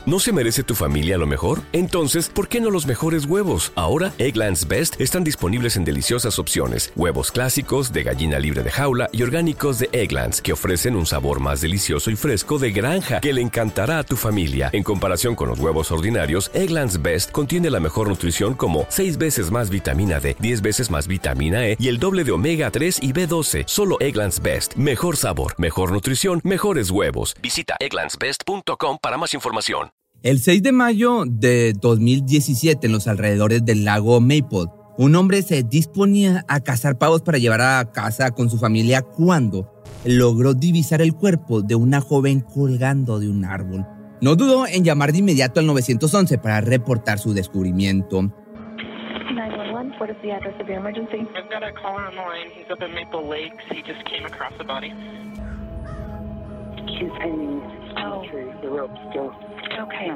¿No se merece tu familia lo mejor? Entonces, ¿por qué no los mejores huevos? Ahora, Eggland's Best están disponibles en deliciosas opciones. Huevos clásicos, de gallina libre de jaula y orgánicos de Eggland's, que ofrecen un sabor más delicioso y fresco de granja que le encantará a tu familia. En comparación con los huevos ordinarios, Eggland's Best contiene la mejor nutrición como 6 veces más vitamina D, 10 veces más vitamina E y el doble de omega 3 y B12. Solo Eggland's Best. Mejor sabor, mejor nutrición, mejores huevos. Visita egglandsbest.com para más información. El 6 de mayo de 2017, en los alrededores del lago Maple, un hombre se disponía a cazar pavos para llevar a casa con su familia cuando logró divisar el cuerpo de una joven colgando de un árbol. No dudó en llamar de inmediato al 911 para reportar su descubrimiento. 911, what is the address of your emergency? I've got a caller on the line. He's up in Maple Lakes. He just came across the body. She's hanging on the tree, the rope still. Okay.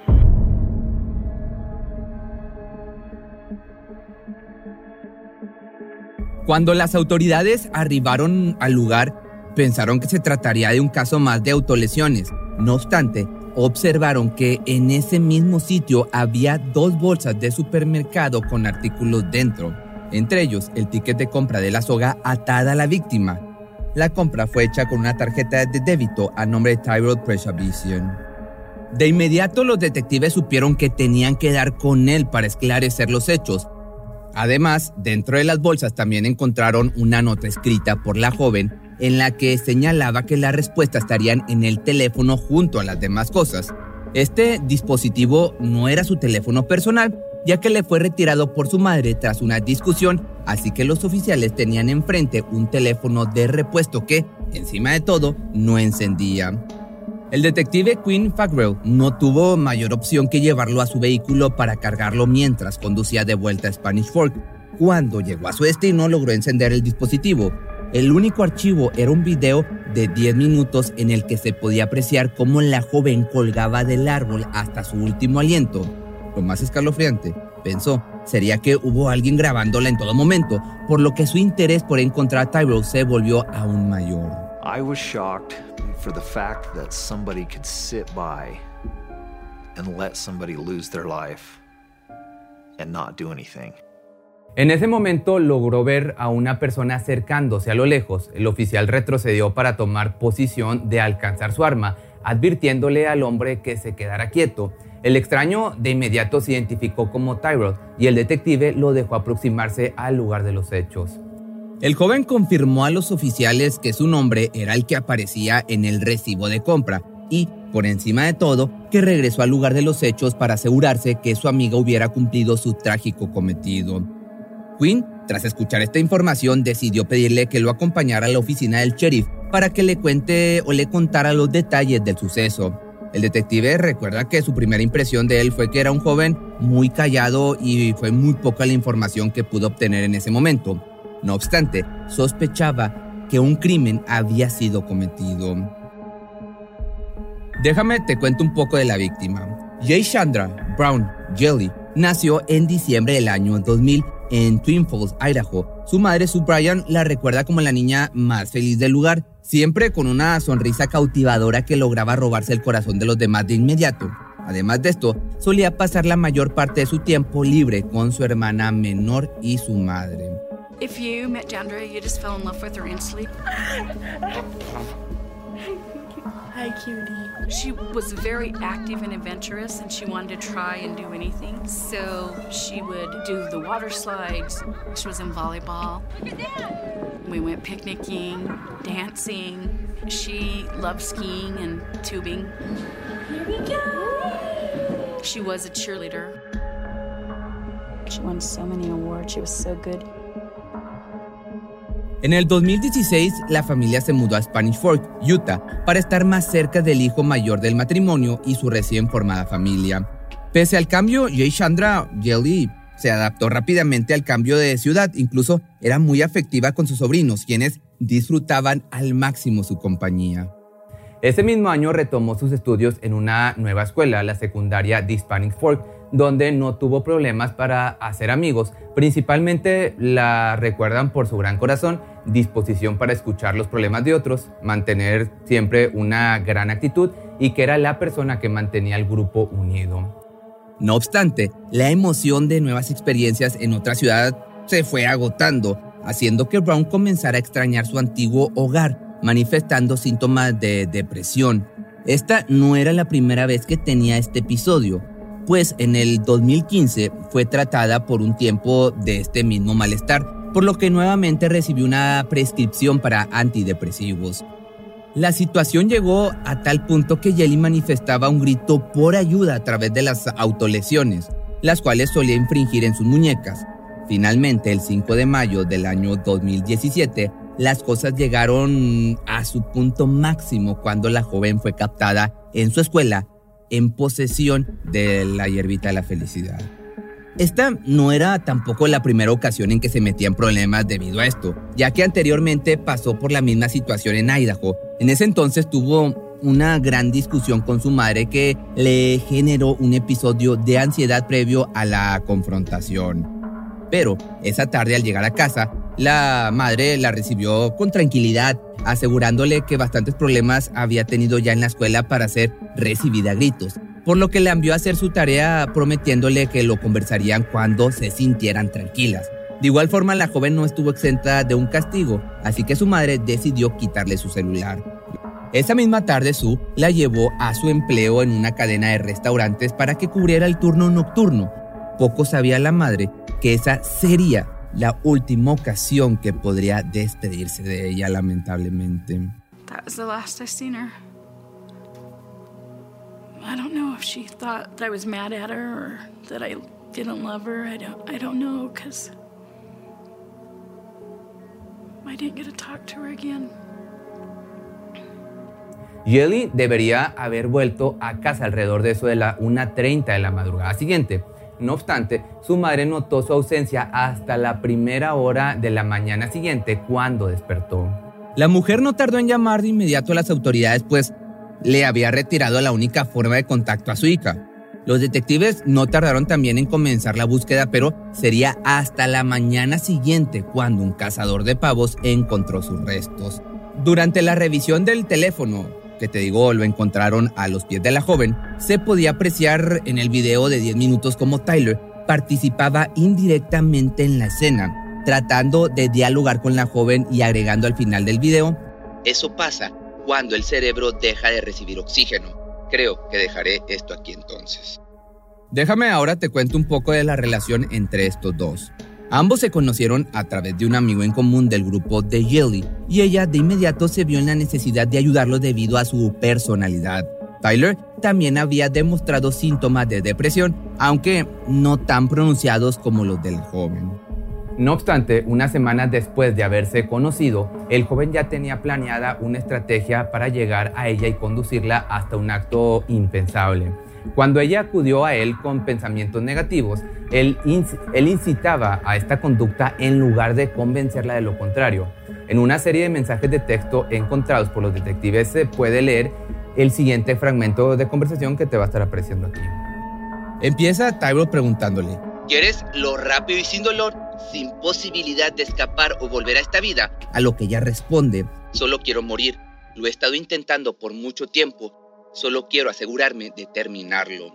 Cuando las autoridades arribaron al lugar, pensaron que se trataría de un caso más de autolesiones. No obstante, observaron que en ese mismo sitio había 2 bolsas de supermercado con artículos dentro, entre ellos el ticket de compra de la soga atada a la víctima. La compra fue hecha con una tarjeta de débito a nombre de Tyrell Preservation. De inmediato los detectives supieron que tenían que dar con él para esclarecer los hechos. Además, dentro de las bolsas también encontraron una nota escrita por la joven en la que señalaba que las respuestas estarían en el teléfono junto a las demás cosas. Este dispositivo no era su teléfono personal, ya que le fue retirado por su madre tras una discusión, así que los oficiales tenían enfrente un teléfono de repuesto que, encima de todo, no encendía. El detective Quinn Fagrell no tuvo mayor opción que llevarlo a su vehículo para cargarlo mientras conducía de vuelta a Spanish Fork. Cuando llegó a su destino, logró encender el dispositivo. El único archivo era un video de 10 minutos en el que se podía apreciar cómo la joven colgaba del árbol hasta su último aliento. Lo más escalofriante, pensó, sería que hubo alguien grabándola en todo momento, por lo que su interés por encontrar a Tyrell se volvió aún mayor. I was shocked for the fact that somebody could sit by and let somebody lose their life and not do anything. En ese momento logró ver a una persona acercándose a lo lejos. El oficial retrocedió para tomar posición de alcanzar su arma, advirtiéndole al hombre que se quedara quieto. El extraño de inmediato se identificó como Tyrell y el detective lo dejó aproximarse al lugar de los hechos. El joven confirmó a los oficiales que su nombre era el que aparecía en el recibo de compra y, por encima de todo, que regresó al lugar de los hechos para asegurarse que su amiga hubiera cumplido su trágico cometido. Quinn, tras escuchar esta información, decidió pedirle que lo acompañara a la oficina del sheriff para que le cuente o le contara los detalles del suceso. El detective recuerda que su primera impresión de él fue que era un joven muy callado y fue muy poca la información que pudo obtener en ese momento. No obstante, sospechaba que un crimen había sido cometido. Déjame te cuento un poco de la víctima. Jay Chandra Brown Jelly nació en diciembre del año 2000 en Twin Falls, Idaho. Su madre, Sue Bryan, la recuerda como la niña más feliz del lugar, siempre con una sonrisa cautivadora que lograba robarse el corazón de los demás de inmediato. Además de esto, solía pasar la mayor parte de su tiempo libre con su hermana menor y su madre. If you met Chandra, you just fell in love with her instantly. Hi, cutie. She was very active and adventurous, and she wanted to try and do anything. So she would do the water slides. She was in volleyball. We went picnicking, dancing. She loved skiing and tubing. Here we go. She was a cheerleader. She won so many awards. She was so good. En el 2016, la familia se mudó a Spanish Fork, Utah, para estar más cerca del hijo mayor del matrimonio y su recién formada familia. Pese al cambio, Jay Chandra Jelly se adaptó rápidamente al cambio de ciudad. Incluso era muy afectiva con sus sobrinos, quienes disfrutaban al máximo su compañía. Ese mismo año retomó sus estudios en una nueva escuela, la secundaria de Spanish Fork, donde no tuvo problemas para hacer amigos. Principalmente la recuerdan por su gran corazón, disposición para escuchar los problemas de otros, mantener siempre una gran actitud y que era la persona que mantenía al grupo unido. No obstante, la emoción de nuevas experiencias en otra ciudad se fue agotando, haciendo que Brown comenzara a extrañar su antiguo hogar, manifestando síntomas de depresión. Esta no era la primera vez que tenía este episodio, pues en el 2015 fue tratada por un tiempo de este mismo malestar, por lo que nuevamente recibió una prescripción para antidepresivos. La situación llegó a tal punto que Jelly manifestaba un grito por ayuda a través de las autolesiones, las cuales solía infringir en sus muñecas. Finalmente, el 5 de mayo del año 2017, las cosas llegaron a su punto máximo cuando la joven fue captada en su escuela en posesión de la hierbita de la felicidad. Esta no era tampoco la primera ocasión en que se metía en problemas debido a esto, ya que anteriormente pasó por la misma situación en Idaho. En ese entonces tuvo una gran discusión con su madre que le generó un episodio de ansiedad previo a la confrontación. Pero esa tarde al llegar a casa, la madre la recibió con tranquilidad, asegurándole que bastantes problemas había tenido ya en la escuela para ser recibida a gritos, por lo que le envió a hacer su tarea prometiéndole que lo conversarían cuando se sintieran tranquilas. De igual forma, la joven no estuvo exenta de un castigo, así que su madre decidió quitarle su celular. Esa misma tarde, Sue la llevó a su empleo en una cadena de restaurantes para que cubriera el turno nocturno. Poco sabía la madre que esa sería la última ocasión que podría despedirse de ella, lamentablemente. That was the last I seen her. I don't know if she thought that I was mad at her or that I didn't love her. I don't know, because I didn't get to talk to her again. Jelly debería haber vuelto a casa alrededor de eso de la 1:30 de la madrugada siguiente. No obstante, su madre notó su ausencia hasta la primera hora de la mañana siguiente cuando despertó. La mujer no tardó en llamar de inmediato a las autoridades, pues le había retirado la única forma de contacto a su hija. Los detectives no tardaron también en comenzar la búsqueda, pero sería hasta la mañana siguiente cuando un cazador de pavos encontró sus restos. Durante la revisión del teléfono, que te digo, lo encontraron a los pies de la joven, se podía apreciar en el video de 10 minutos cómo Tyler participaba indirectamente en la escena, tratando de dialogar con la joven y agregando al final del video: "Eso pasa cuando el cerebro deja de recibir oxígeno. Creo que dejaré esto aquí entonces". Déjame ahora te cuento un poco de la relación entre estos dos. Ambos se conocieron a través de un amigo en común del grupo de Jelly, y ella de inmediato se vio en la necesidad de ayudarlo debido a su personalidad. Tyler también había demostrado síntomas de depresión, aunque no tan pronunciados como los del joven. No obstante, unas semanas después de haberse conocido, el joven ya tenía planeada una estrategia para llegar a ella y conducirla hasta un acto impensable. Cuando ella acudió a él con pensamientos negativos, él incitaba a esta conducta en lugar de convencerla de lo contrario. En una serie de mensajes de texto encontrados por los detectives se puede leer el siguiente fragmento de conversación que te va a estar apareciendo aquí. Empieza Tyler preguntándole: ¿quieres lo rápido y sin dolor, sin posibilidad de escapar o volver a esta vida? A lo que ella responde: solo quiero morir. Lo he estado intentando por mucho tiempo. Solo quiero asegurarme de terminarlo.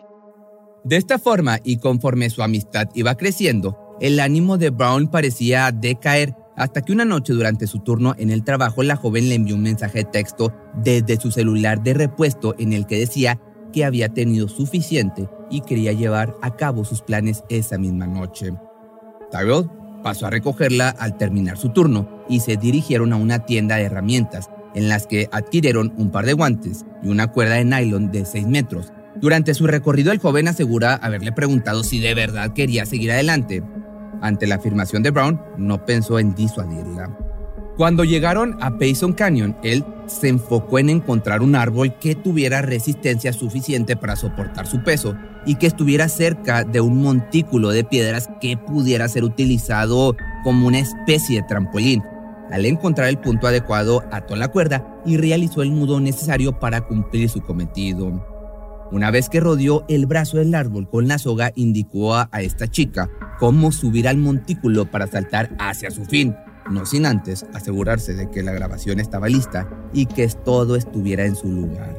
De esta forma, y conforme su amistad iba creciendo, el ánimo de Brown parecía decaer, hasta que una noche durante su turno en el trabajo, la joven le envió un mensaje de texto desde su celular de repuesto en el que decía que había tenido suficiente y quería llevar a cabo sus planes esa misma noche. Tyrell pasó a recogerla al terminar su turno y se dirigieron a una tienda de herramientas, en las que adquirieron un par de guantes y una cuerda de nylon de 6 metros. Durante su recorrido, el joven asegura haberle preguntado si de verdad quería seguir adelante. Ante la afirmación de Brown, no pensó en disuadirla. Cuando llegaron a Payson Canyon, él se enfocó en encontrar un árbol que tuviera resistencia suficiente para soportar su peso y que estuviera cerca de un montículo de piedras que pudiera ser utilizado como una especie de trampolín. Al encontrar el punto adecuado, ató la cuerda y realizó el nudo necesario para cumplir su cometido. Una vez que rodeó el brazo del árbol con la soga, indicó a esta chica cómo subir al montículo para saltar hacia su fin, no sin antes asegurarse de que la grabación estaba lista y que todo estuviera en su lugar.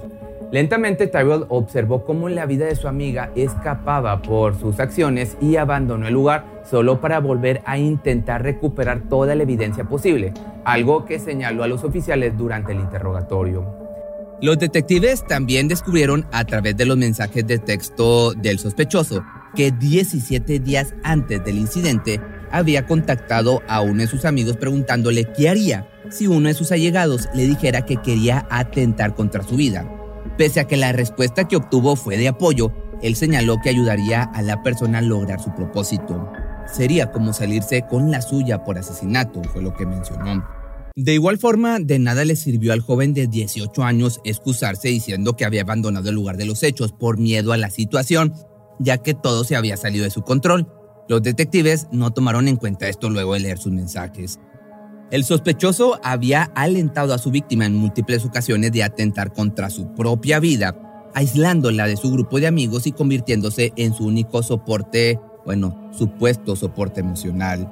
Lentamente, Tyrell observó cómo la vida de su amiga escapaba por sus acciones y abandonó el lugar solo para volver a intentar recuperar toda la evidencia posible, algo que señaló a los oficiales durante el interrogatorio. Los detectives también descubrieron a través de los mensajes de texto del sospechoso que 17 días antes del incidente había contactado a uno de sus amigos preguntándole qué haría si uno de sus allegados le dijera que quería atentar contra su vida. Pese a que la respuesta que obtuvo fue de apoyo, él señaló que ayudaría a la persona a lograr su propósito. Sería como salirse con la suya por asesinato, fue lo que mencionó. De igual forma, de nada le sirvió al joven de 18 años excusarse diciendo que había abandonado el lugar de los hechos por miedo a la situación, ya que todo se había salido de su control. Los detectives no tomaron en cuenta esto luego de leer sus mensajes. El sospechoso había alentado a su víctima en múltiples ocasiones de atentar contra su propia vida, aislándola de su grupo de amigos y convirtiéndose en su único soporte, supuesto soporte emocional.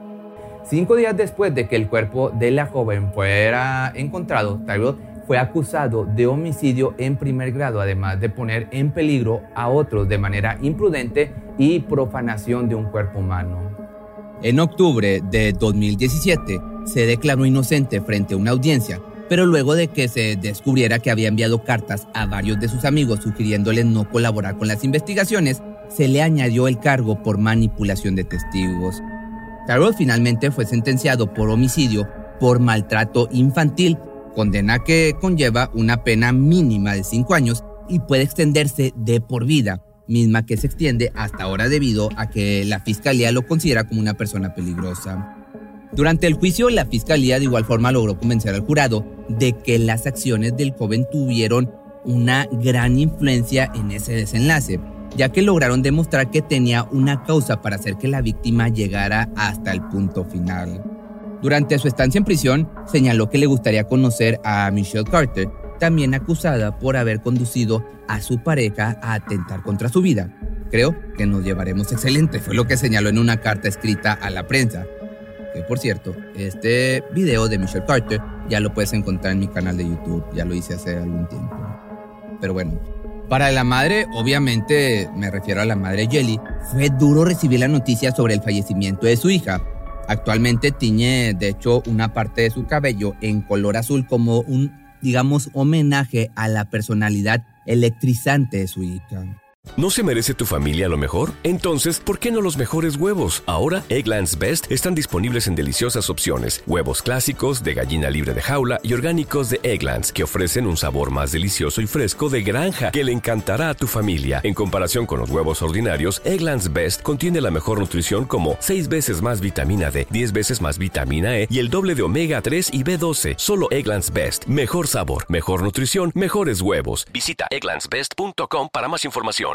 5 días después de que el cuerpo de la joven fuera encontrado, Tyrell fue acusado de homicidio en primer grado, además de poner en peligro a otros de manera imprudente y profanación de un cuerpo humano. En octubre de 2017, se declaró inocente frente a una audiencia, pero luego de que se descubriera que había enviado cartas a varios de sus amigos sugiriéndoles no colaborar con las investigaciones, se le añadió el cargo por manipulación de testigos. Tyrell finalmente fue sentenciado por homicidio por maltrato infantil, condena que conlleva una pena mínima de 5 años y puede extenderse de por vida, misma que se extiende hasta ahora debido a que la fiscalía lo considera como una persona peligrosa. Durante el juicio, la fiscalía de igual forma logró convencer al jurado de que las acciones del joven tuvieron una gran influencia en ese desenlace, ya que lograron demostrar que tenía una causa para hacer que la víctima llegara hasta el punto final. Durante su estancia en prisión, señaló que le gustaría conocer a Michelle Carter, también acusada por haber conducido a su pareja a atentar contra su vida. Creo que nos llevaremos excelente, fue lo que señaló en una carta escrita a la prensa. Que por cierto, este video de Michelle Carter ya lo puedes encontrar en mi canal de YouTube, ya lo hice hace algún tiempo. Pero bueno, para la madre, obviamente me refiero a la madre Jelly, fue duro recibir la noticia sobre el fallecimiento de su hija. Actualmente tiñe, de hecho, una parte de su cabello en color azul como un, homenaje a la personalidad electrizante de su hija. ¿No se merece tu familia lo mejor? Entonces, ¿por qué no los mejores huevos? Ahora, Eggland's Best están disponibles en deliciosas opciones. Huevos clásicos, de gallina libre de jaula y orgánicos de Eggland's, que ofrecen un sabor más delicioso y fresco de granja que le encantará a tu familia. En comparación con los huevos ordinarios, Eggland's Best contiene la mejor nutrición como 6 veces más vitamina D, 10 veces más vitamina E y el doble de omega 3 y B12. Solo Eggland's Best. Mejor sabor, mejor nutrición, mejores huevos. Visita egglandsbest.com para más información.